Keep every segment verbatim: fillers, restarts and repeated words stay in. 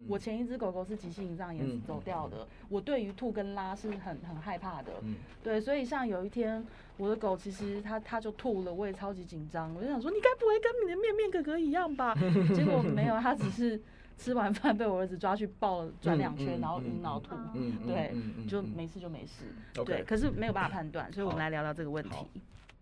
我前一只狗狗是急性胰脏炎走掉的，嗯、我对于吐跟拉是很很害怕的，嗯、对，所以像有一天我的狗其实它它就吐了，我也超级紧张，我就想说你该不会跟你的面面哥哥一样吧？结果没有，它只是吃完饭被我儿子抓去抱了转两圈，嗯、然后晕脑吐，嗯、对，嗯嗯、就没事就没事，嗯、对，可是没有办法判断，所以我们来聊聊这个问题。好。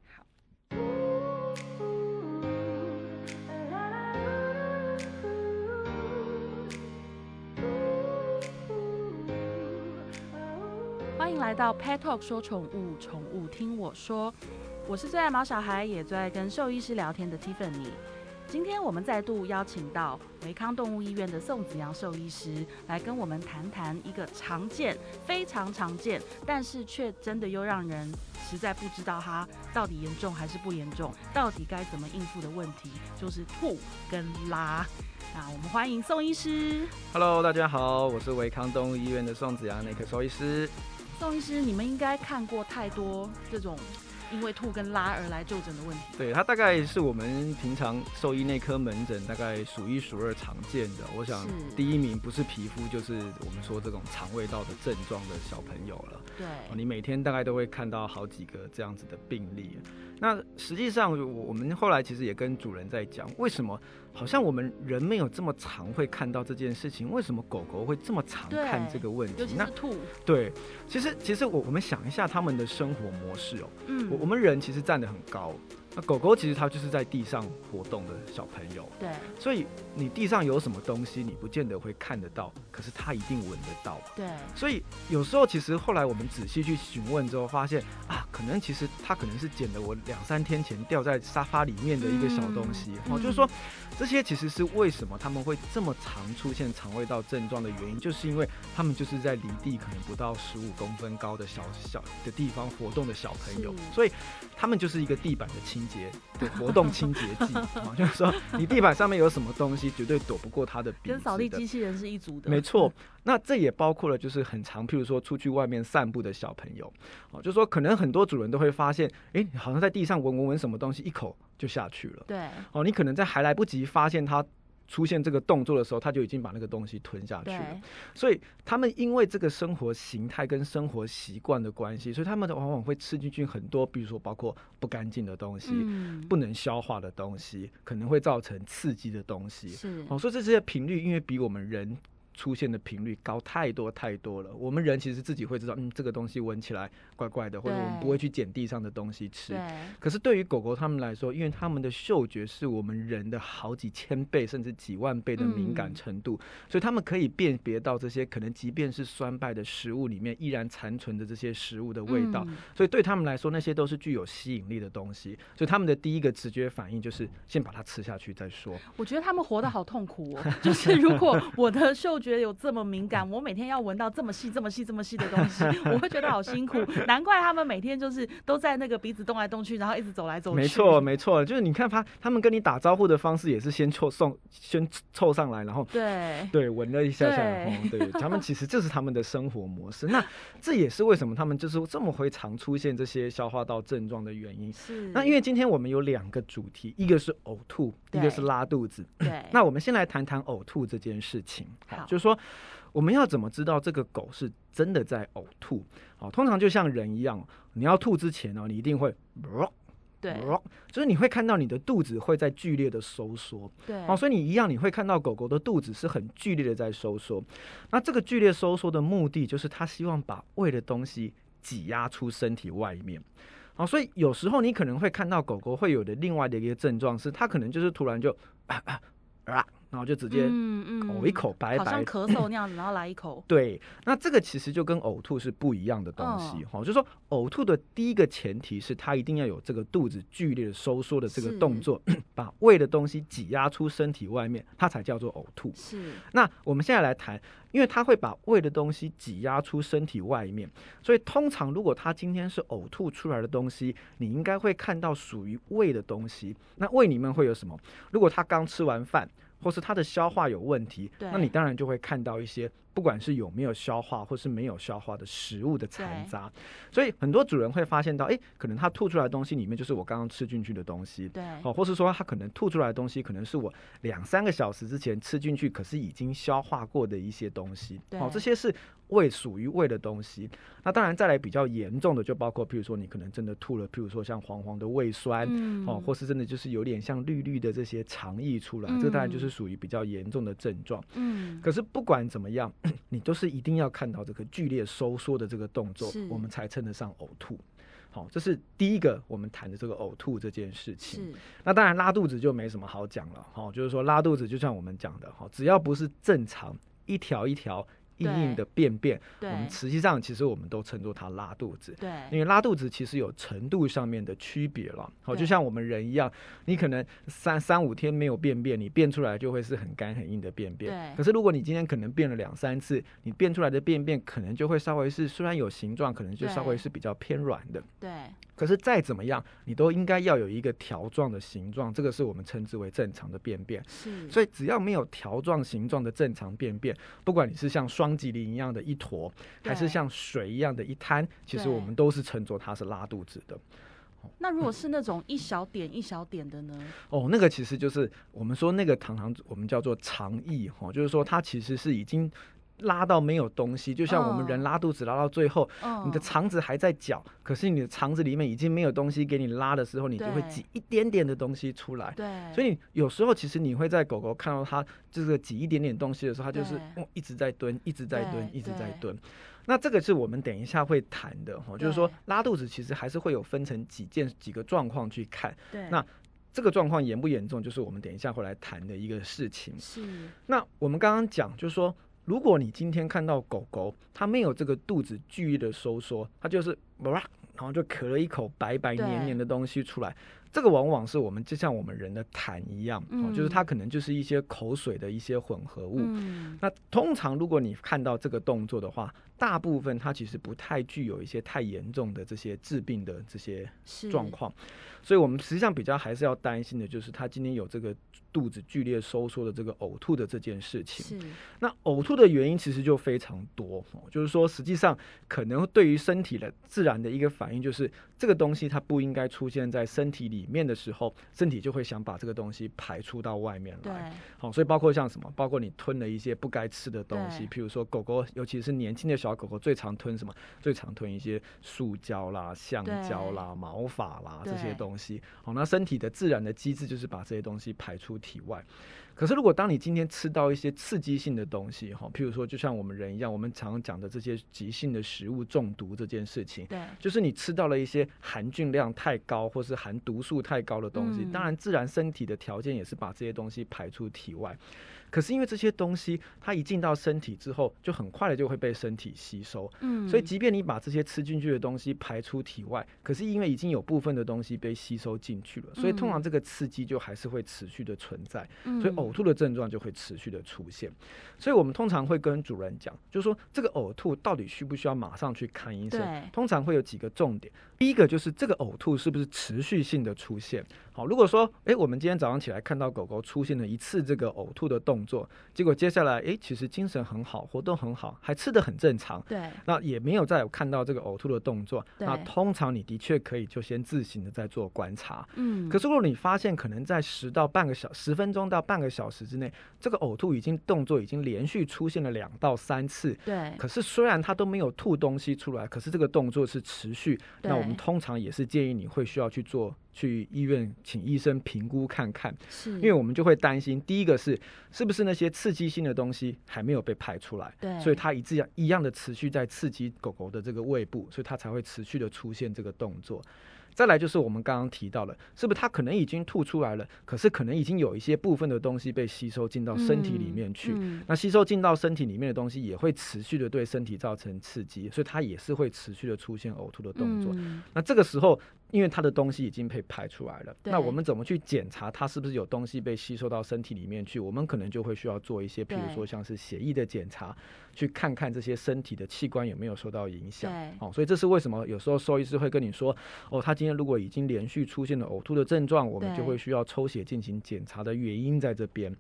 欢迎来到 Pet Talk 说宠物，宠物听我说。我是最爱毛小孩，也最爱跟兽医师聊天的 Tiffany。今天我们再度邀请到维康动物医院的宋子阳兽医师来跟我们谈谈一个常见、非常常见，但是却真的又让人实在不知道它到底严重还是不严重，到底该怎么应付的问题，就是吐跟拉。那我们欢迎宋医师。 Hello， 大家好，我是维康动物医院的宋子阳内科兽医师。 宋医师，你们应该看过太多这种因为吐跟拉而来就诊的问题。 对，它大概是我们平常兽医内科门诊大概数一数二常见的。我想第一名不是皮肤，就是我们说这种肠胃道的症状的小朋友了。 对， 你每天大概都会看到好几个这样子的病例。那实际上我们后来其实也跟主人在讲，为什么好像我们人没有这么常会看到这件事情，为什么狗狗会这么常看这个问题？ 尤其是吐。 对，其实其实我我们想一下他们的生活模式哦，嗯，我我们人其实站得很高，那狗狗其实它就是在地上活动的小朋友， 对， 所以你地上有什么东西，你不见得会看得到，可是它一定闻得到， 对， 所以有时候其实后来我们仔细去询问之后，发现啊，可能其实它可能是捡了我两三天前掉在沙发里面的一个小东西，嗯、哦，就是说这些其实是为什么他们会这么常出现肠胃道症状的原因，就是因为他们就是在离地可能不到十五公分高的小小的地方活动的小朋友，所以他们就是一个地板的清洁的活动清洁剂啊，就是说你地板上面有什么东西，绝对躲不过它的鼻子的， 跟扫地机器人是一组的。 没错，那这也包括了就是很常，譬如说出去外面散步的小朋友，哦，就是说可能很多主人都会发现，哎，好像在地上闻闻闻什么东西，一口就下去了。 对， 哦，你可能在还来不及发现它出现这个动作的时候，他就已经把那个东西吞下去了。所以他们因为这个生活形态跟生活习惯的关系，所以他们往往会吃进去很多，比如说包括不干净的东西、嗯、不能消化的东西，可能会造成刺激的东西。 是， 哦，所以这些频率因为比我们人出现的频率高太多太多了，我们人其实自己会知道，嗯，这个东西闻起来怪怪的，或者我们不会去捡地上的东西吃。可是对于狗狗他们来说，因为他们的嗅觉是我们人的好几千倍甚至几万倍的敏感程度，嗯、所以他们可以辨别到这些可能即便是酸败的食物里面依然残存的这些食物的味道，嗯、所以对他们来说那些都是具有吸引力的东西，所以他们的第一个直觉反应就是先把它吃下去再说。 我觉得他们活得好痛苦哦，就是如果我的嗅觉觉得有这么敏感，我每天要闻到这么细、这么细、这么细的东西，我会觉得好辛苦。难怪他们每天就是都在那个鼻子动来动去，然后一直走来走去。 没错，没错，就是你看他他们跟你打招呼的方式也是先凑送，先凑上来，然后对对闻了一下下，对, 对，他们其实这是他们的生活模式。那这也是为什么他们就是这么会常出现这些消化道症状的原因。 是。 那因为今天我们有两个主题，一个是嘔吐，一个是拉肚子。 对。 那我们先来谈谈嘔吐这件事情。 好。 就是说我们要怎么知道这个狗是真的在呕吐？好，通常就像人一样，你要吐之前呢，你一定会， 对， 就是你会看到你的肚子会在剧烈的收缩， 对， 好，所以你一样你会看到狗狗的肚子是很剧烈的在收缩。那这个剧烈收缩的目的就是它希望把胃的东西挤压出身体外面。好，所以有时候你可能会看到狗狗会有的另外的一个症状是，它可能就是突然就啊啊啊。然后就直接呕一口白白， 好像咳嗽那样子，然后来一口。 对，那这个其实就跟嘔吐是不一样的东西，哦，就是说呕吐的第一个前提是它一定要有这个肚子剧烈的收缩的这个动作，把胃的东西挤压出身体外面，它才叫做呕吐。 是。 那我们现在来谈，因为它会把胃的东西挤压出身体外面，所以通常如果它今天是呕吐出来的东西，你应该会看到属于胃的东西。那胃里面会有什么？如果它刚吃完饭， 或是他的消化有问题，那你当然就会看到一些不管是有没有消化或是没有消化的食物的残渣。所以很多主人会发现到，哎，可能他吐出来的东西里面就是我刚刚吃进去的东西， 对， 哦，或是说他可能吐出来的东西可能是我两三个小时之前吃进去，可是已经消化过的一些东西，哦，这些是胃属于胃的东西。那当然再来比较严重的就包括譬如说你可能真的吐了譬如说像黄黄的胃酸、嗯哦、或是真的就是有点像绿绿的这些肠液出来、嗯、这个当然就是属于比较严重的症状、嗯、可是不管怎么样你都是一定要看到这个剧烈收缩的这个动作我们才称得上呕吐。好，这是第一个我们谈的这个呕吐这件事情。那当然拉肚子就没什么好讲了、哦、就是说拉肚子就像我们讲的、哦、只要不是正常一条一条硬硬的便便，我们实际上其实我们都称作它拉肚子。对，因为拉肚子其实有程度上面的区别了。好，就像我们人一样，你可能三三五天没有便便，你便出来就会是很干很硬的便便。可是如果你今天可能便了两三次，你便出来的便便可能就会稍微是虽然有形状，可能就稍微是比较偏软的。对。可是再怎么样，你都应该要有一个条状的形状，这个是我们称之为正常的便便。是。所以只要没有条状形状的正常便便，不管你是像双极磷一样的一坨，还是像水一样的一滩，其实我们都是称作它是拉肚子的。 那如果是那种一小点一小点的呢？ 哦，那个其实就是我们说那个常常我们叫做肠液、哦、就是说它其实是已经拉到没有东西，就像我们人拉肚子拉到最后、嗯、你的肠子还在搅，可是你的肠子里面已经没有东西给你拉的时候，你就会挤一点点的东西出来。对，所以你有时候其实你会在狗狗看到它这个挤一点点东西的时候，它就是、哦、一直在蹲一直在蹲一直在蹲。那这个是我们等一下会谈的、哦、就是说拉肚子其实还是会有分成几件几个状况去看。对，那这个状况严不严重就是我们等一下会来谈的一个事情。是，那我们刚刚讲就是说如果你今天看到狗狗它没有这个肚子剧烈的收缩，它就是然后就咳了一口白白黏黏的东西出来，这个往往是我们就像我们人的痰一样、嗯哦、就是它可能就是一些口水的一些混合物、嗯、那通常如果你看到这个动作的话，大部分它其实不太具有一些太严重的这些致病的这些状况，所以我们实际上比较还是要担心的就是它今天有这个肚子剧烈收缩的这个呕吐的这件事情。是，那呕吐的原因其实就非常多、哦、就是说实际上可能对于身体的自然的一个反应就是这个东西它不应该出现在身体里面的时候，身体就会想把这个东西排出到外面来。好、哦，所以包括像什么，包括你吞了一些不该吃的东西，譬如说狗狗，尤其是年轻的小狗狗，最常吞什么？最常吞一些塑胶啦、橡胶啦、毛发啦这些东西。好、哦，那身体的自然的机制就是把这些东西排出体外。可是如果当你今天吃到一些刺激性的东西，譬如说就像我们人一样，我们常常讲的这些急性的食物中毒这件事情，对，就是你吃到了一些含菌量太高或是含毒素太高的东西、嗯、当然自然身体的条件也是把这些东西排出体外，可是因为这些东西它一进到身体之后就很快的就会被身体吸收、嗯、所以即便你把这些吃进去的东西排出体外，可是因为已经有部分的东西被吸收进去了，所以通常这个刺激就还是会持续的存在、嗯、所以呕吐的症状就会持续的出现。所以我们通常会跟主人讲，就是说这个呕吐到底需不需要马上去看医生，通常会有几个重点。第一个就是这个呕吐是不是持续性的出现。好，如果说诶我们今天早上起来看到狗狗出现了一次这个呕吐的动作，结果接下来诶其实精神很好，活动很好，还吃得很正常，对，那也没有再有看到这个呕吐的动作，那通常你的确可以就先自行的在做观察。嗯，可是如果你发现可能在十到半个小十分钟到半个小时之内，这个呕吐已经动作已经连续出现了两到三次，对，可是虽然它都没有吐东西出来，可是这个动作是持续，那我们通常也是建议你会需要去做去医院请医生评估看看，是因为我们就会担心，第一个是是不是那些刺激性的东西还没有被排出来，对，所以它一样一样的持续在刺激狗狗的这个胃部，所以它才会持续的出现这个动作。再来就是我们刚刚提到了，是不是它可能已经吐出来了，可是可能已经有一些部分的东西被吸收进到身体里面去、嗯嗯、那吸收进到身体里面的东西也会持续的对身体造成刺激，所以它也是会持续的出现呕吐的动作、嗯、那这个时候因为它的东西已经被排出来了，那我们怎么去检查它是不是有东西被吸收到身体里面去？我们可能就会需要做一些比如说像是血液的检查，去看看这些身体的器官有没有受到影响、哦、所以这是为什么有时候兽医师会跟你说哦，他今天如果已经连续出现了呕吐的症状，我们就会需要抽血进行检查的原因在这边。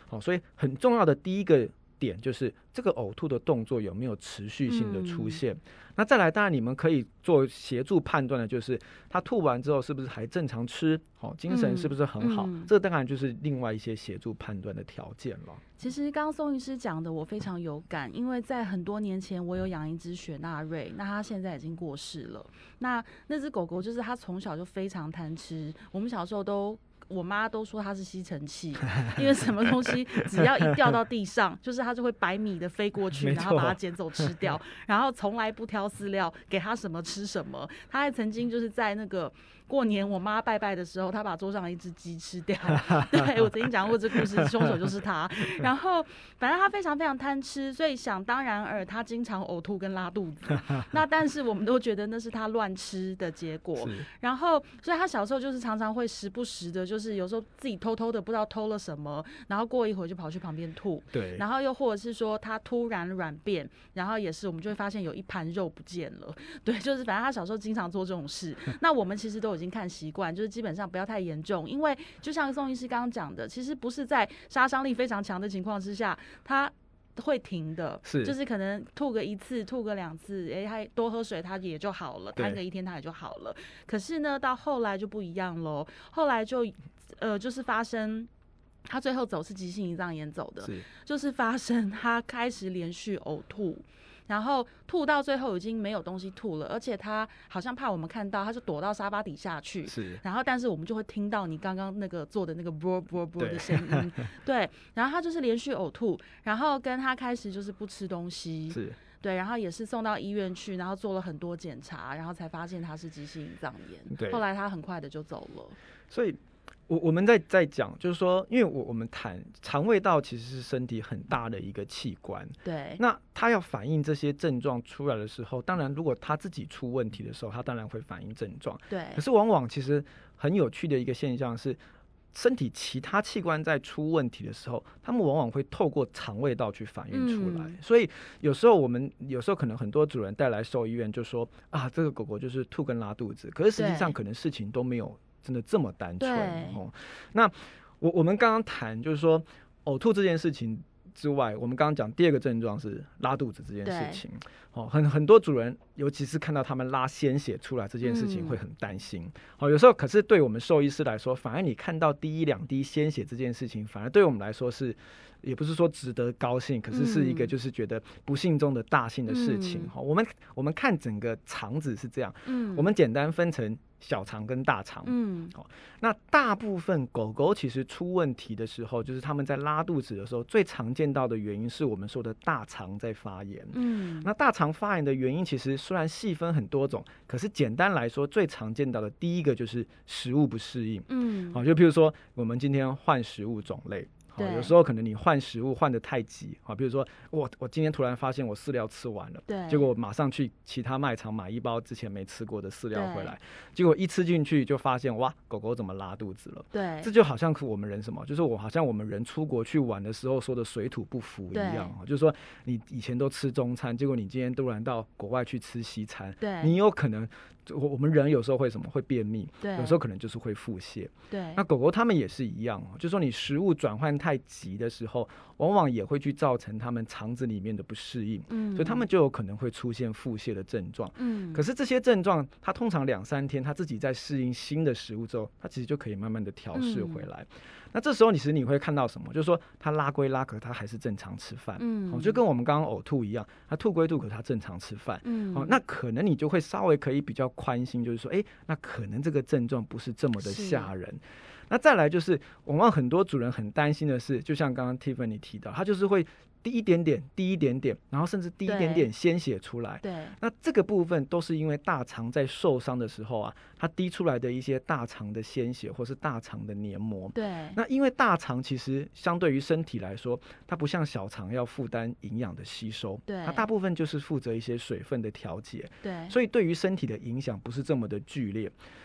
好，所以很重要的第一个点就是这个呕吐的动作有没有持续性的出现。嗯、那再来，当然你们可以做协助判断的，就是他吐完之后是不是还正常吃，哦，精神是不是很好？嗯嗯、这当然就是另外一些协助判断的条件了。 其实刚刚宋医师讲的我非常有感，因为在很多年前我有养一只雪纳瑞，那它现在已经过世了。那那只狗狗就是它从小就非常贪吃，我们小时候都。我妈都说它是吸尘器，因为什么东西只要一掉到地上，就是它就会百米的飞过去，然后把它捡走吃掉，然后从来不挑饲料，给它什么吃什么。它还曾经就是在那个过年我妈拜拜的时候，她把桌上的一只鸡吃掉。对，我曾经讲过这故事，凶手就是他。然后反正他非常非常贪吃，所以想当然尔，他经常呕吐跟拉肚子。那但是我们都觉得那是他乱吃的结果。然后所以他小时候就是常常会时不时的，就是有时候自己偷偷的不知道偷了什么，然后过一会儿就跑去旁边吐。 对。 然后又或者是说他突然软便，然后也是我们就会发现有一盘肉不见了。对，就是反正他小时候经常做这种事。那我们其实都已经看习惯，就是基本上不要太严重，因为就像宋医师刚刚讲的，其实不是在杀伤力非常强的情况之下，他会停的， 是就是可能吐个一次、吐个两次，哎、欸，他多喝水他也就好了，瘫个一天他也就好了。可是呢，到后来就不一样喽，后来就呃，就是发生。他最后走是急性胰脏炎走的，是就是发生他开始连续呕吐。然后吐到最后已经没有东西吐了，而且他好像怕我们看到，他就躲到沙发底下去。 是， 然后但是我们就会听到你刚刚那个做的那个啵啵啵的声音。对，然后他就是连续呕吐，然后跟他开始就是不吃东西。 是。 对，然后也是送到医院去，然后做了很多检查，然后才发现他是急性胰脏炎。 对， 后来他很快的就走了。 所以。我我们在在讲，就是说，因为我我们谈肠胃道其实是身体很大的一个器官， 对。 那它要反映这些症状出来的时候，当然如果它自己出问题的时候，它当然会反映症状， 对。 可是往往其实很有趣的一个现象是，身体其他器官在出问题的时候，他们往往会透过肠胃道去反映出来。嗯、所以有时候我们有时候可能很多主人带来兽医院就说啊，这个狗狗就是吐跟拉肚子，可是实际上可能事情都没有。真的这么单纯哦？那我我们刚刚谈就是说呕吐这件事情之外，我们刚刚讲第二个症状是拉肚子这件事情。哦，很很多主人，尤其是看到他们拉鲜血出来这件事情，会很担心。好、嗯哦，有时候可是对我们兽医师来说，反而你看到第一两滴鲜血这件事情，反而对我们来说是。也不是说值得高兴，可是是一个就是觉得不幸中的大幸的事情。嗯、我们我们看整个肠子是这样，嗯、我们简单分成小肠跟大肠。嗯，好，那大部分狗狗其实出问题的时候，就是他们在拉肚子的时候，最常见到的原因是我们说的大肠在发炎。嗯，那大肠发炎的原因其实虽然细分很多种，可是简单来说，最常见到的第一个就是食物不适应。嗯，好，就譬如说我们今天换食物种类。有时候可能你换食物换得太急啊，比如说我我今天突然发现我饲料吃完了，对，结果我马上去其他卖场买一包之前没吃过的饲料回来，结果一吃进去就发现哇，狗狗怎么拉肚子了？对，这就好像是我们人什么，就是我好像我们人出国去玩的时候说的水土不服一样，就是说你以前都吃中餐，结果你今天突然到国外去吃西餐，对，你有可能。我们人有时候会什么会便秘，有时候可能就是会腹泻。对，那狗狗它们也是一样，就是说你食物转换太急的时候，往往也会去造成它们肠子里面的不适应，嗯，所以它们就有可能会出现腹泻的症状。嗯，可是这些症状，它通常两三天，它自己在适应新的食物之后，它其实就可以慢慢的调试回来。嗯，那这时候其实你会看到什么？就是说它拉归拉，可它还是正常吃饭。嗯，哦，就跟我们刚刚呕吐一样，它吐归吐，可它正常吃饭。嗯，哦，那可能你就会稍微可以比较宽心，就是说，哎、欸，那可能这个症状不是这么的吓人。那再来就是，往往很多主人很担心的是，就像刚刚 Tiffany 提到，他就是会滴一点点，滴一点点，然后甚至滴一点点鲜血出来。对，那这个部分都是因为大肠在受伤的时候啊，它滴出来的一些大肠的鲜血或是大肠的黏膜。对，那因为大肠其实相对于身体来说，它不像小肠要负担营养的吸收，对，它大部分就是负责一些水分的调节。对，所以对于身体的影响不是这么的剧烈。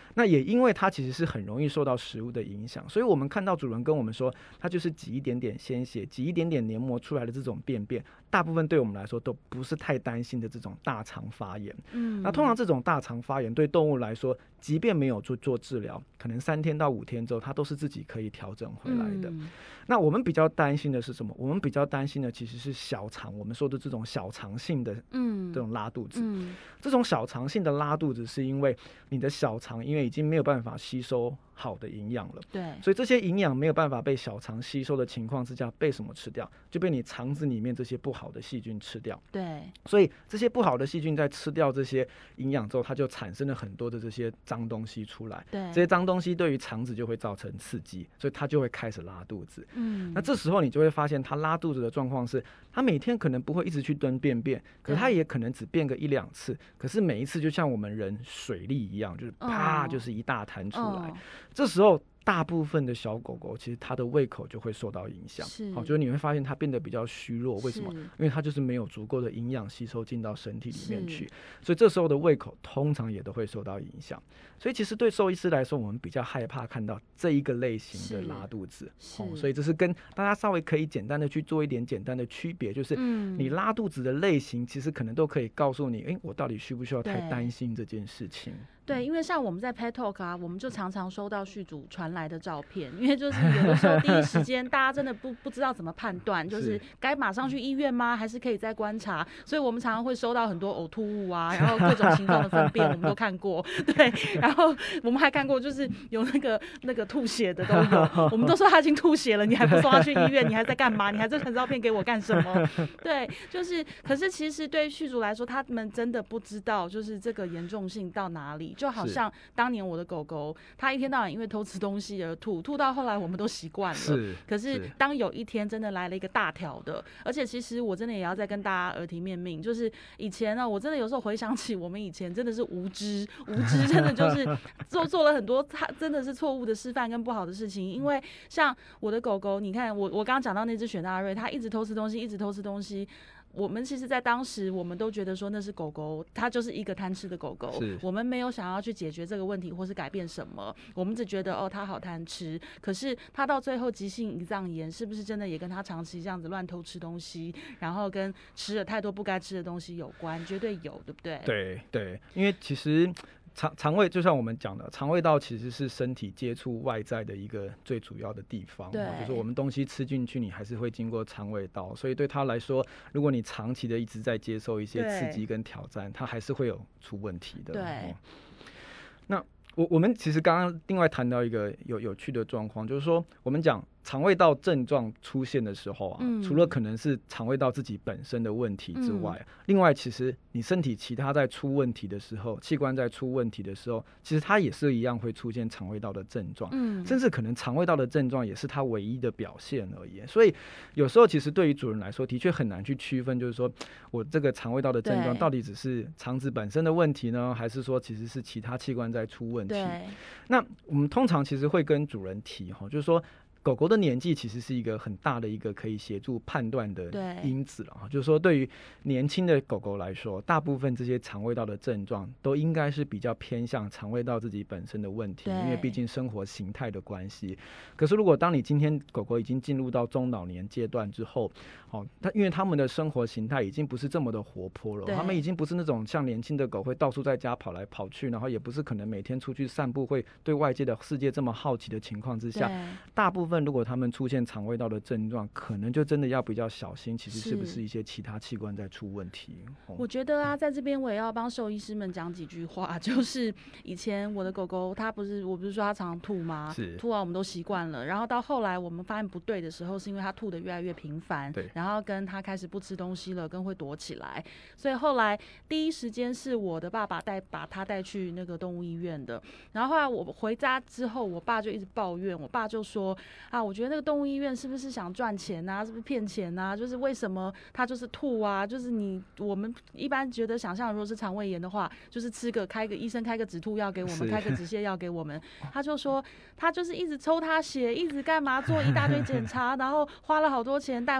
那也因为它其实是很容易受到食物的影响，所以我们看到主人跟我们说，它就是挤一点点鲜血，挤一点点黏膜出来的这种便便，大部分对我们来说都不是太担心的这种大肠发炎。嗯，那通常这种大肠发炎对动物来说，即便没有做做治疗，可能三天到五天之后，它都是自己可以调整回来的。嗯，那我们比较担心的是什么？我们比较担心的其实是小肠，我们说的这种小肠性的这种拉肚子。嗯，这种小肠性的拉肚子是因为你的小肠因为已经没有办法吸收好的营养了， 对， 所以这些营养没有办法被小肠吸收的情况之下，被什么吃掉？就被你肠子里面这些不好的细菌吃掉。 对， 所以这些不好的细菌在吃掉这些营养之后，它就产生了很多的这些脏东西出来。 对， 这些脏东西对于肠子就会造成刺激，所以它就会开始拉肚子。 嗯， 那这时候你就会发现，它拉肚子的状况是，它每天可能不会一直去蹲便便，可是它也可能只便个一两次，可是每一次就像我们人水力一样，就是啪，就是一大滩出来。哦，这时候大部分的小狗狗其实它的胃口就会受到影响，是，好，就是你会发现它变得比较虚弱。为什么？因为它就是没有足够的营养吸收进到身体里面去，所以这时候的胃口通常也都会受到影响。所以其实对兽医师来说，我们比较害怕看到这一个类型的拉肚子，哦，所以这是跟大家稍微可以简单的去做一点简单的区别，就是你拉肚子的类型，其实可能都可以告诉你，哎，我到底需不需要太担心这件事情。 对，因为像我们在 Pet Talk 啊，我们就常常收到续主传来的照片，因为就是有的时候第一时间大家真的不不知道怎么判断，就是该马上去医院吗？还是可以再观察？所以我们常常会收到很多呕吐物啊，然后各种形状的粪便，我们都看过。对，然后我们还看过就是有那个那个吐血的都有，我们都说他已经吐血了，你还不送他去医院，你还在干嘛？你还这传照片给我干什么？对，就是，可是其实对续主来说，他们真的不知道就是这个严重性到哪里。就好像当年我的狗狗，它一天到晚因为偷吃东西而吐，吐到后来我们都习惯了。是，可是当有一天真的来了一个大条的，而且其实我真的也要再跟大家耳提面命，就是以前呢，我真的有时候回想起我们以前真的是无知，无知真的就是做做了很多，它真的是错误的示范跟不好的事情。因为像我的狗狗，你看我我刚刚讲到那只雪纳瑞，它一直偷吃东西，一直偷吃东西。我们其实在当时我们都觉得说那是狗狗，它就是一个贪吃的狗狗，我们没有想要去解决这个问题或是改变什么，我们只觉得哦它好贪吃。可是它到最后急性胰脏炎是不是真的也跟它长期这样子乱偷吃东西，然后跟吃了太多不该吃的东西有关？绝对有，对不对？ 对对，因为其实肠肠胃就像我们讲的，肠胃道其实是身体接触外在的一个最主要的地方。对，就是我们东西吃进去，你还是会经过肠胃道，所以对他来说，如果你长期的一直在接受一些刺激跟挑战，他还是会有出问题的。对，哦，那我我们其实刚刚另外谈到一个有有趣的状况，就是说我们讲肠胃道症状出现的时候啊，嗯，除了可能是肠胃道自己本身的问题之外，嗯，另外其实你身体其他在出问题的时候，器官在出问题的时候，其实它也是一样会出现肠胃道的症状，嗯，甚至可能肠胃道的症状也是它唯一的表现而已。所以有时候其实对于主人来说，的确很难去区分，就是说我这个肠胃道的症状到底只是肠子本身的问题呢，还是说其实是其他器官在出问题？那我们通常其实会跟主人提哈，就是说狗狗的年纪其实是一个很大的一个可以协助判断的因子了，就是说对于年轻的狗狗来说，大部分这些肠胃道的症状都应该是比较偏向肠胃道自己本身的问题，因为毕竟生活形态的关系。可是如果当你今天狗狗已经进入到中老年阶段之后，哦，它因为他们的生活形态已经不是这么的活泼了，他们已经不是那种像年轻的狗会到处在家跑来跑去，然后也不是可能每天出去散步会对外界的世界这么好奇的情况之下，大部分如果他们出现肠胃道的症状，可能就真的要比较小心，其实是不是一些其他器官在出问题。哦， 我觉得啊，在这边我也要帮兽医师们讲几句话，就是以前我的狗狗它不是我不是说它常常吐吗？是吐完我们都习惯了，然后到后来我们发现不对的时候，是因为它吐得越来越频繁，对，然后跟它开始不吃东西了，跟会躲起来，所以后来第一时间是我的爸爸带把它带去那个动物医院的，然后后来我回家之后，我爸就一直抱怨，我爸就说啊，我觉得那个动物医院是不是想赚钱啊？是不是骗钱啊？就是为什么它就是吐啊？就是你我们一般觉得想象，如果是肠胃炎的话，就是吃个开个医生开个止吐药给我们，开个止泻药给我们。他就说他就是一直抽他血，一直干嘛做一大堆检查，然后花了好多钱带回来，然后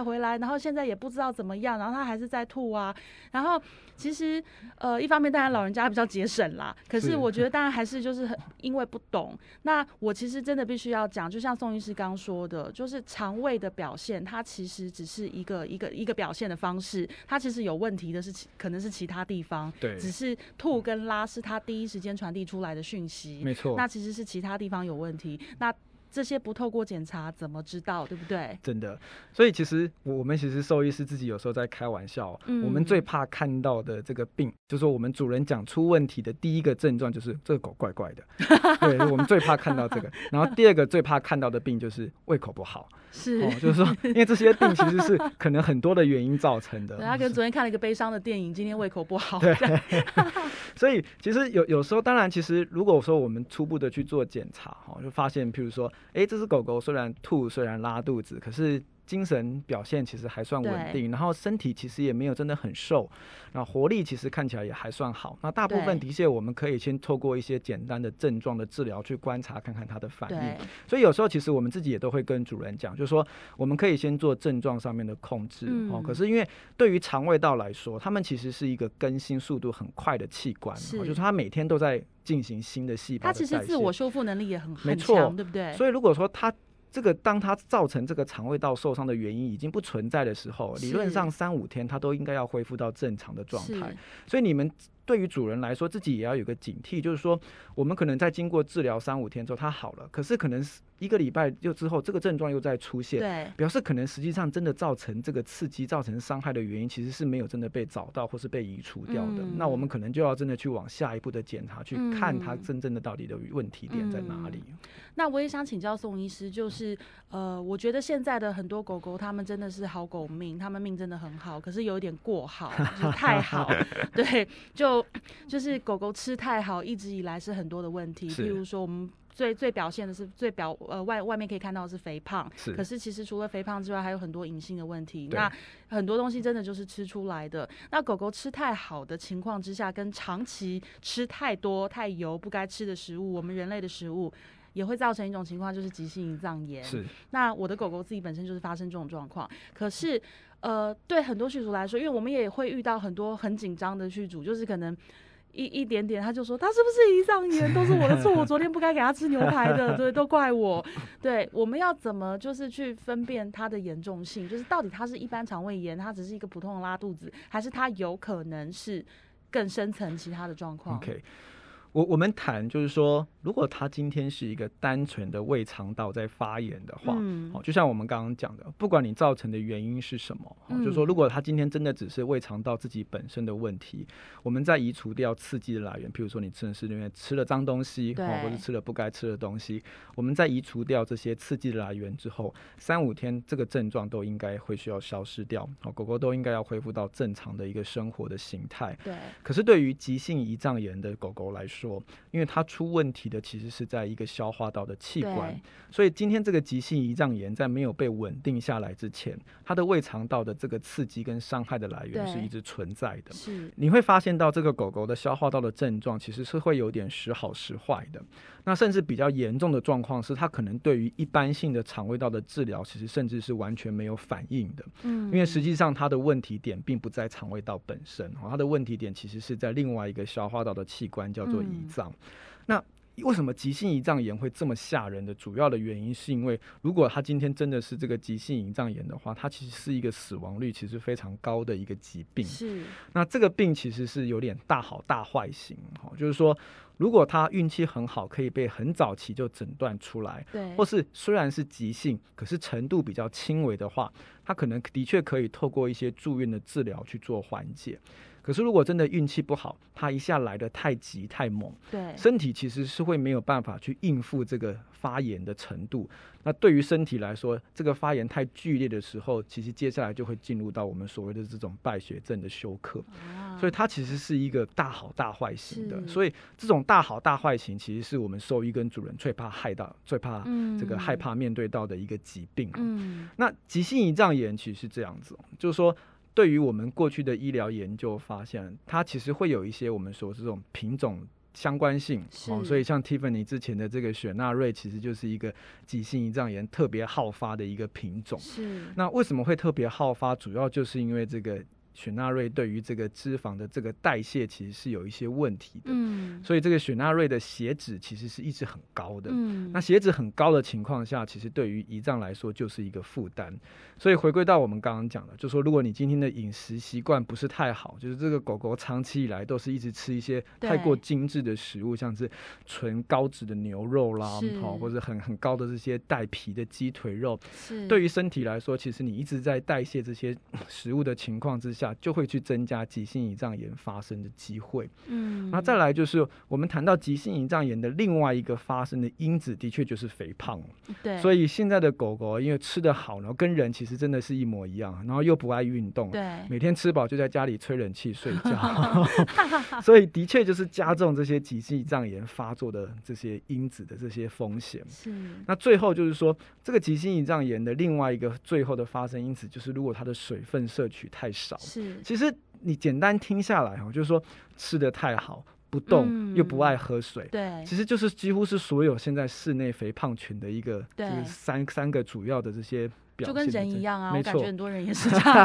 后现在也不知道怎么样，然后他还是在吐啊。然后其实呃一方面当然老人家比较节省啦，可是我觉得当然还是就是很因为不懂。那我其实真的必须要讲，就像宋医师刚说的，就是肠胃的表现它其实只是一个一个一个表现的方式，它其实有问题的是可能是其他地方， 对， 只是吐跟拉是它第一时间传递出来的讯息， 没错， 那其实是其他地方有问题，那这些不透过检查怎么知道，对不对？ 真的，所以其实我们其实兽医师自己有时候在开玩笑，嗯、我们最怕看到的这个病，就是说我们主人讲出问题的第一个症状就是这个狗怪怪的，对，我们最怕看到这个。然后第二个最怕看到的病就是胃口不好， 是、 哦，就是说，因为这些病其实是可能很多的原因造成的。 他可能昨天看了一个悲伤的电影，今天胃口不好。 对，所以其实有有时候，当然，其实如果说我们初步的去做检查，就发现，譬如说，哎，这只狗狗虽然吐，虽然拉肚子，可是精神表现其实还算稳定，然后身体其实也没有真的很瘦，然后活力其实看起来也还算好。那大部分的确我们可以先透过一些简单的症状的治疗去观察看看它的反应。所以有时候其实我们自己也都会跟主人讲，就是说我们可以先做症状上面的控制、嗯哦、可是因为对于肠胃道来说，他们其实是一个更新速度很快的器官，是、哦、就是它每天都在进行新的细胞的代谢， 它其实自我修复能力也很很强，对不对？ 所以如果说它这个当它造成这个肠胃道受伤的原因已经不存在的时候，理论上三五天它都应该要恢复到正常的状态。所以你们对于主人来说，自己也要有个警惕，就是说我们可能在经过治疗三五天之后它好了，可是可能一个礼拜又之后这个症状又再出现，对，表示可能实际上真的造成这个刺激造成伤害的原因其实是没有真的被找到或是被移除掉的、嗯、那我们可能就要真的去往下一步的检查去看它真正的到底的问题点在哪里、嗯、 那我也想请教宋医师，就是呃，我觉得现在的很多狗狗他们真的是好狗命，他们命真的很好，可是有一点过好，就是太好对，就就是狗狗吃太好一直以来是很多的问题，譬如说我们最最表现的是最表呃外外面可以看到的是肥胖，是，可是其实除了肥胖之外还有很多隐性的问题，那很多东西真的就是吃出来的。那狗狗吃太好的情况之下，跟长期吃太多太油不该吃的食物，我们人类的食物也会造成一种情况，就是急性胰脏炎。是，那我的狗狗自己本身就是发生这种状况，可是呃对很多畜主来说，因为我们也会遇到很多很紧张的畜主，就是可能一一点点他就说他是不是胰脏炎，都是我的错，我昨天不该给他吃牛排的，对，都怪我。对，我们要怎么就是去分辨它的严重性，就是到底它是一般肠胃炎，它只是一个普通的拉肚子，还是它有可能是更深层其他的状况。 OK， 我我们谈就是说，如果它今天是一个单纯的胃肠道在发炎的话、嗯哦、就像我们刚刚讲的，不管你造成的原因是什么、哦嗯、就是说如果它今天真的只是胃肠道自己本身的问题，我们再移除掉刺激的来源，譬如说你吃的是因为吃了脏东西、哦、或者吃了不该吃的东西，我们再移除掉这些刺激的来源之后，三五天这个症状都应该会需要消失掉、哦、狗狗都应该要恢复到正常的一个生活的形态。对，可是对于急性胰脏炎的狗狗来说，说因为它出问题的其实是在一个消化道的器官，所以今天这个急性胰脏炎在没有被稳定下来之前，它的胃肠道的这个刺激跟伤害的来源是一直存在的。是，你会发现到这个狗狗的消化道的症状其实是会有点时好时坏的，那甚至比较严重的状况是它可能对于一般性的肠胃道的治疗其实甚至是完全没有反应的。嗯，因为实际上它的问题点并不在肠胃道本身，它的问题点其实是在另外一个消化道的器官叫做胰脏、嗯、那为什么急性胰脏炎会这么吓人的主要的原因是因为，如果它今天真的是这个急性胰脏炎的话，它其实是一个死亡率其实非常高的一个疾病。是，那这个病其实是有点大好大坏型，就是说如果他运气很好，可以被很早期就诊断出来，对，或是虽然是急性，可是程度比较轻微的话，他可能的确可以透过一些住院的治疗去做缓解。可是如果真的运气不好，他一下来的太急太猛，对，身体其实是会没有办法去应付这个发炎的程度。那对于身体来说，这个发炎太剧烈的时候，其实接下来就会进入到我们所谓的这种败血症的休克、啊、所以它其实是一个大好大坏型的。所以这种大好大坏型其实是我们兽医跟主人最怕害到最怕这个害怕面对到的一个疾病、嗯、那急性胰脏炎其实是这样子，就是说对于我们过去的医疗研究发现，它其实会有一些我们说这种品种相关性、哦、所以像 Tiffany 之前的这个雪纳瑞其实就是一个急性胰脏炎特别好发的一个品种。 是， 那为什么会特别好发？主要就是因为这个雪纳瑞对于这个脂肪的这个代谢其实是有一些问题的，嗯，所以这个雪纳瑞的血脂其实是一直很高的，嗯，那血脂很高的情况下，其实对于胰脏来说就是一个负担。所以回归到我们刚刚讲的，就是说如果你今天的饮食习惯不是太好，就是这个狗狗长期以来都是一直吃一些太过精致的食物，像是纯高脂的牛肉啦，哦、或者很很高的这些带皮的鸡腿肉，对于身体来说，其实你一直在代谢这些食物的情况之下，就会去增加急性胰脏炎发生的机会。嗯，那再来就是我们谈到急性胰脏炎的另外一个发生的因子，的确就是肥胖。对，所以现在的狗狗因为吃得好，然后跟人其实真的是一模一样，然后又不爱运动，对，每天吃饱就在家里吹冷气睡觉，所以的确就是加重这些急性胰脏炎发作的这些因子的这些风险。是，那最后就是说，这个急性胰脏炎的另外一个最后的发生因子，就是如果它的水分摄取太少。是，其实你简单听下来，就是说吃得太好，不动、嗯、又不爱喝水，对，其实就是几乎是所有现在室内肥胖群的一个，就是三三个主要的这些表现， 就跟人一样啊，我感觉很多人也是这样。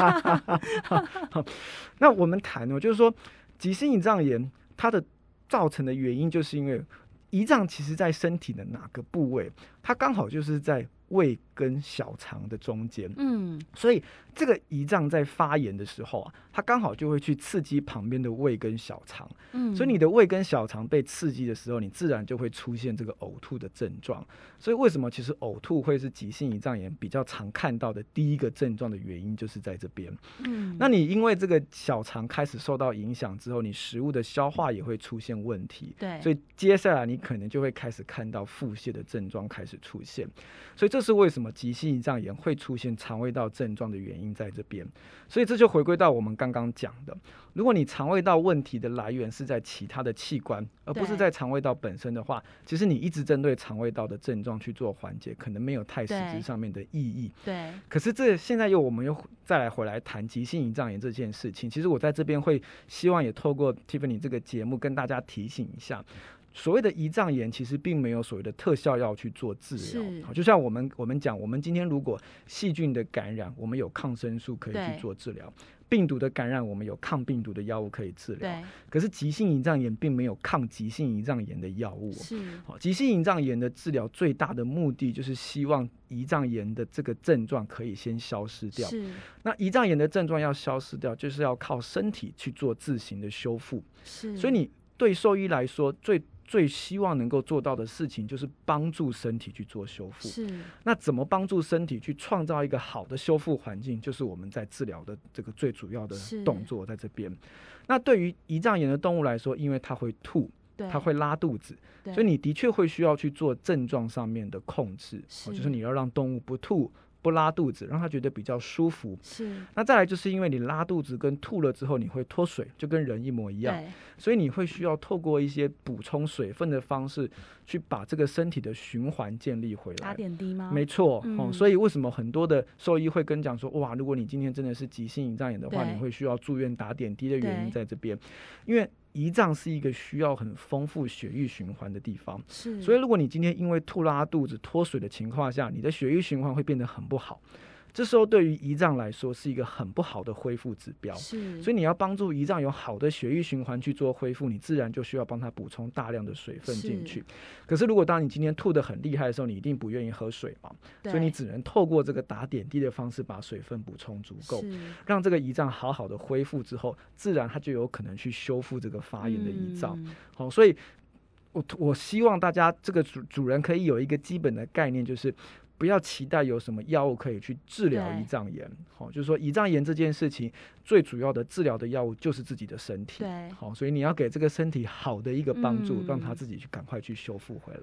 那我们谈呢，就是说急性胰脏炎它的造成的原因，就是因为胰脏其实在身体的哪个部位，它刚好就是在胃跟小肠的中间，嗯，所以这个胰脏在发炎的时候啊，它刚好就会去刺激旁边的胃跟小肠，嗯，所以你的胃跟小肠被刺激的时候，你自然就会出现这个呕吐的症状。所以为什么其实呕吐会是急性胰脏炎比较常看到的第一个症状的原因，就是在这边。嗯，那你因为这个小肠开始受到影响之后，你食物的消化也会出现问题，对，所以接下来你可能就会开始看到腹泻的症状开始出现。所以这是为什么急性胰脏炎会出现肠胃道症状的原因在这边。所以这就回归到我们刚刚讲的，如果你肠胃道问题的来源是在其他的器官，而不是在肠胃道本身的话，其实你一直针对肠胃道的症状去做缓解，可能没有太实质上面的意义。对。可是这现在又我们又再来回来谈急性胰脏炎这件事情，其实我在这边会希望也透过 Tiffany 这个节目跟大家提醒一下。所谓的胰脏炎其实并没有所谓的特效药去做治疗，就像我们我们讲，我们今天如果细菌的感染，我们有抗生素可以去做治疗；病毒的感染，我们有抗病毒的药物可以治疗。可是急性胰脏炎并没有抗急性胰脏炎的药物。是，急性胰脏炎的治疗最大的目的就是希望胰脏炎的这个症状可以先消失掉。是，那胰脏炎的症状要消失掉，就是要靠身体去做自行的修复。是，所以你对兽医来说，最最希望能够做到的事情就是帮助身体去做修复。是，那怎么帮助身体去创造一个好的修复环境，就是我们在治疗的这个最主要的动作在这边。那对于胰脏炎的动物来说，因为它会吐，它会拉肚子，所以你的确会需要去做症状上面的控制，是，就是你要让动物不吐不拉肚子，让他觉得比较舒服。是，那再来就是因为你拉肚子跟吐了之后你会脱水，就跟人一模一样，所以你会需要透过一些补充水分的方式去把这个身体的循环建立回来。 打点滴吗？ 没错、嗯哦、所以为什么很多的兽医会跟讲说，哇，如果你今天真的是急性胰脏炎的话，你会需要住院打点滴的原因在这边，因为胰脏是一个需要很丰富血液循环的地方，是，所以如果你今天因为吐拉肚子脱水的情况下，你的血液循环会变得很不好，这时候对于胰脏来说是一个很不好的恢复指标。是，所以你要帮助胰脏有好的血液循环去做恢复，你自然就需要帮它补充大量的水分进去。可是如果当你今天吐得很厉害的时候，你一定不愿意喝水嘛，所以你只能透过这个打点滴的方式把水分补充足够，让这个胰脏好好的恢复之后，自然它就有可能去修复这个发炎的胰脏。嗯哦、所以我我希望大家这个 主, 主人可以有一个基本的概念，就是不要期待有什么药物可以去治疗胰脏炎。好、哦，就是说胰脏炎这件事情最主要的治疗的药物就是自己的身体。对，好、哦，所以你要给这个身体好的一个帮助、嗯、让它自己去赶快去修复回来。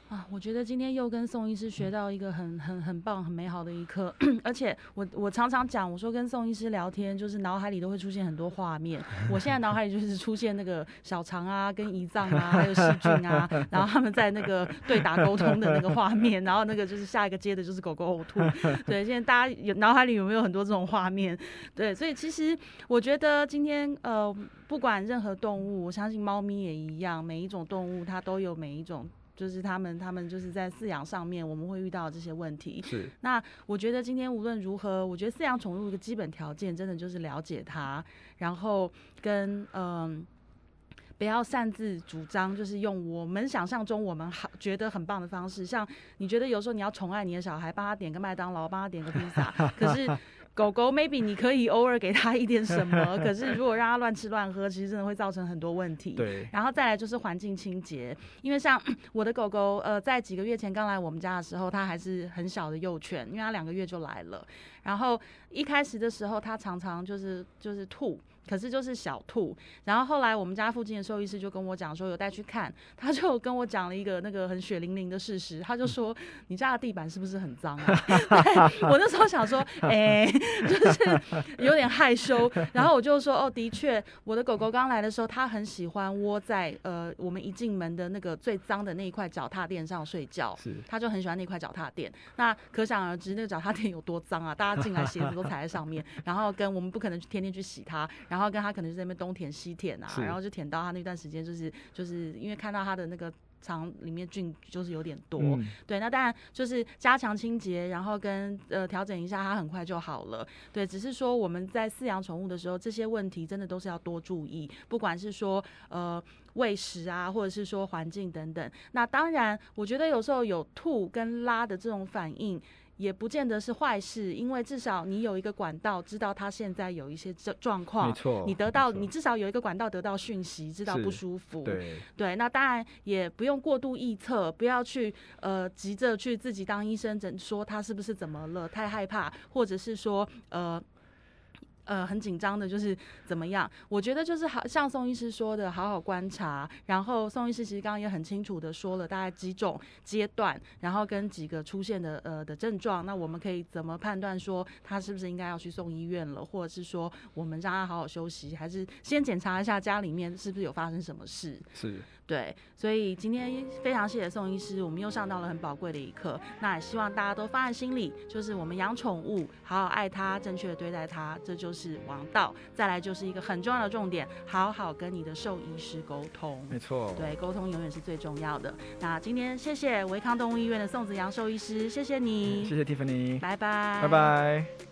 啊，我觉得今天又跟宋医师学到一个很很很棒、很美好的一课，而且我我常常讲，我说跟宋医师聊天，就是脑海里都会出现很多画面。我现在脑海里就是出现那个小肠啊、跟胰脏啊，还有细菌啊，然后他们在那个对打沟通的那个画面，然后那个就是下一个接的就是狗狗呕吐。对，现在大家有脑海里有没有很多这种画面？对，所以其实我觉得今天呃，不管任何动物，我相信猫咪也一样，每一种动物它都有每一种。就是他们，他们就是在饲养上面，我们会遇到这些问题。 是。 那我觉得今天无论如何，我觉得饲养宠物的基本条件，真的就是了解它，然后跟嗯，不要擅自主张，就是用我们想象中我们好觉得很棒的方式。像你觉得有时候你要宠爱你的小孩，帮他点个麦当劳，帮他点个披萨，可是。狗狗 maybe 你可以偶尔给它一点什么，可是如果让它乱吃乱喝，其实真的会造成很多问题。 对。 然后再来就是环境清洁，因为像我的狗狗，呃，在几个月前刚来我们家的时候，它还是很小的幼犬，因为它两个月就来了。然后一开始的时候，它常常就是就是吐。可是就是小吐，然后后来我们家附近的兽医师就跟我讲说有带去看，他就跟我讲了一个那个很血淋淋的事实，他就说你家的地板是不是很脏啊？我那时候想说，哎、欸，就是有点害羞，然后我就说哦，的确，我的狗狗刚来的时候，它很喜欢窝在呃我们一进门的那个最脏的那一块脚踏垫上睡觉， 是， 他就很喜欢那块脚踏垫。那可想而知，那个脚踏垫有多脏啊！大家进来鞋子都踩在上面，然后跟我们不可能天天去洗它。然后跟他可能就在那边东舔西舔啊，然后就舔到他那段时间，就是就是因为看到他的那个肠里面菌就是有点多，嗯、对，那当然就是加强清洁，然后跟呃调整一下，它很快就好了。对，只是说我们在饲养宠物的时候，这些问题真的都是要多注意，不管是说呃喂食啊，或者是说环境等等。那当然，我觉得有时候有吐跟拉的这种反应。也不见得是坏事，因为至少你有一个管道知道他现在有一些状况， 没错， 你得到你至少有一个管道得到讯息，知道不舒服， 对对。那当然也不用过度臆测，不要去呃急着去自己当医生，说他是不是怎么了，太害怕，或者是说呃。呃，很紧张的，就是怎么样？我觉得就是好像宋医师说的，好好观察。然后宋医师其实刚刚也很清楚的说了大概几种阶段，然后跟几个出现的呃的症状。那我们可以怎么判断说他是不是应该要去送医院了，或者是说我们让他好好休息，还是先检查一下家里面是不是有发生什么事？ 是。 对，所以今天非常谢谢宋医师，我们又上到了很宝贵的一课。那也希望大家都放在心里，就是我们养宠物，好好爱它，正确的对待它，这就是王道。再来就是一个很重要的重点，好好跟你的兽医师沟通。 没错， 对，沟通永远是最重要的。那今天谢谢维康动物医院的宋子阳兽医师，谢谢你， 谢谢 Tiffany， 拜拜， 拜拜。